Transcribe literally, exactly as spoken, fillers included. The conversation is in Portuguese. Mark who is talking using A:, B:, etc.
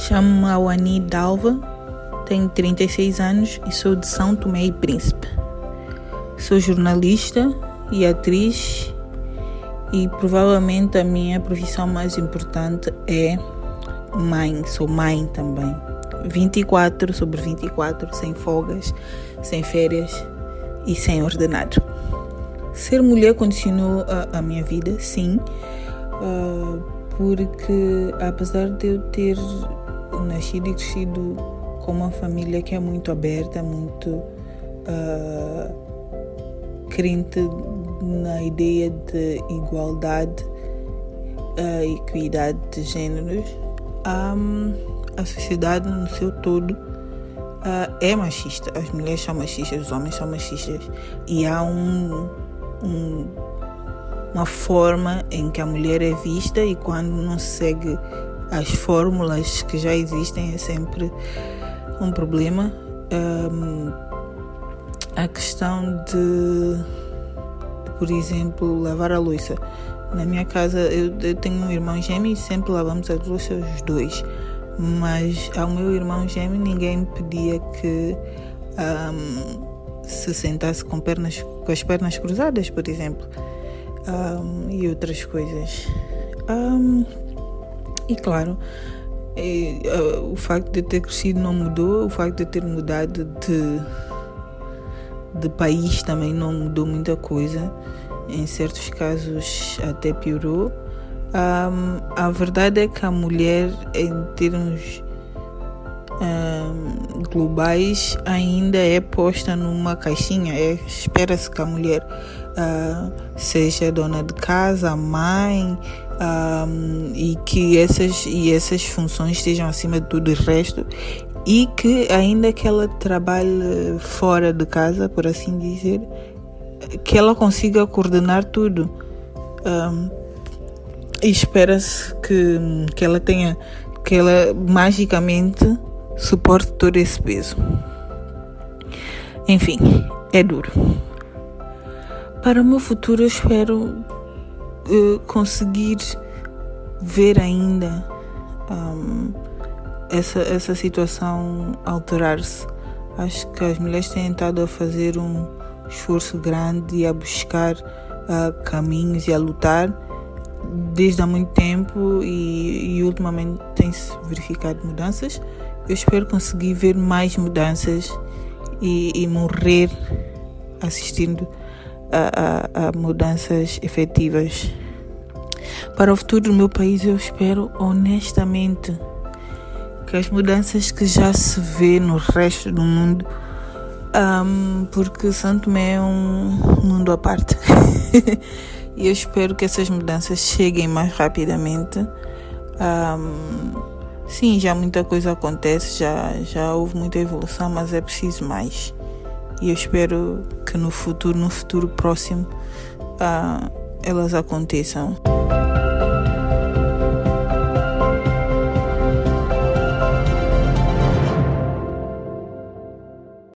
A: Chamo-me Awani Dalva, tenho trinta e seis anos e sou de São Tomé e Príncipe. Sou jornalista e atriz e provavelmente a minha profissão mais importante é mãe. Sou mãe também. vinte e quatro sobre vinte e quatro, sem folgas, sem férias e sem ordenado. Ser mulher condicionou a, a minha vida, sim, uh, porque apesar de eu ter nascido e crescido com uma família que é muito aberta, muito uh, crente na ideia de igualdade e uh, equidade de géneros, um, a sociedade no seu todo uh, é machista. As mulheres são machistas, os homens são machistas, e há um, um, uma forma em que a mulher é vista, e quando não se segue as fórmulas que já existem é sempre um problema. Um, a questão de, de, por exemplo, lavar a louça. Na minha casa eu, eu tenho um irmão gêmeo e sempre lavamos a louça os dois. Mas ao meu irmão gêmeo ninguém pedia que um, se sentasse com, pernas, com as pernas cruzadas, por exemplo, um, e outras coisas. Um, e claro, e, uh, o facto de eu ter crescido não mudou, o facto de eu ter mudado de, de país também não mudou muita coisa. Em certos casos até piorou. Um, a verdade é que a mulher, em termos um, globais, ainda é posta numa caixinha. É, espera-se que a mulher uh, seja dona de casa, mãe, um, e que essas, e essas funções estejam acima de tudo o resto, e que ainda que ela trabalhe fora de casa, por assim dizer, que ela consiga coordenar tudo. Um, E espera-se que, que ela tenha, que ela magicamente suporte todo esse peso. Enfim, é duro. Para o meu futuro eu espero uh, conseguir ver ainda um, essa, essa situação alterar-se. Acho que as mulheres têm estado a fazer um esforço grande e a buscar uh, caminhos e a lutar desde há muito tempo, e, e ultimamente tem-se verificado mudanças. Eu espero conseguir ver mais mudanças e, e morrer assistindo a, a, a mudanças efetivas. Para o futuro do meu país eu espero honestamente que as mudanças que já se vê no resto do mundo, um, porque São Tomé é um mundo à parte e eu espero que essas mudanças cheguem mais rapidamente. Um, sim, já muita coisa acontece, já, já houve muita evolução, mas é preciso mais. E eu espero que no futuro, no futuro próximo, uh, elas aconteçam.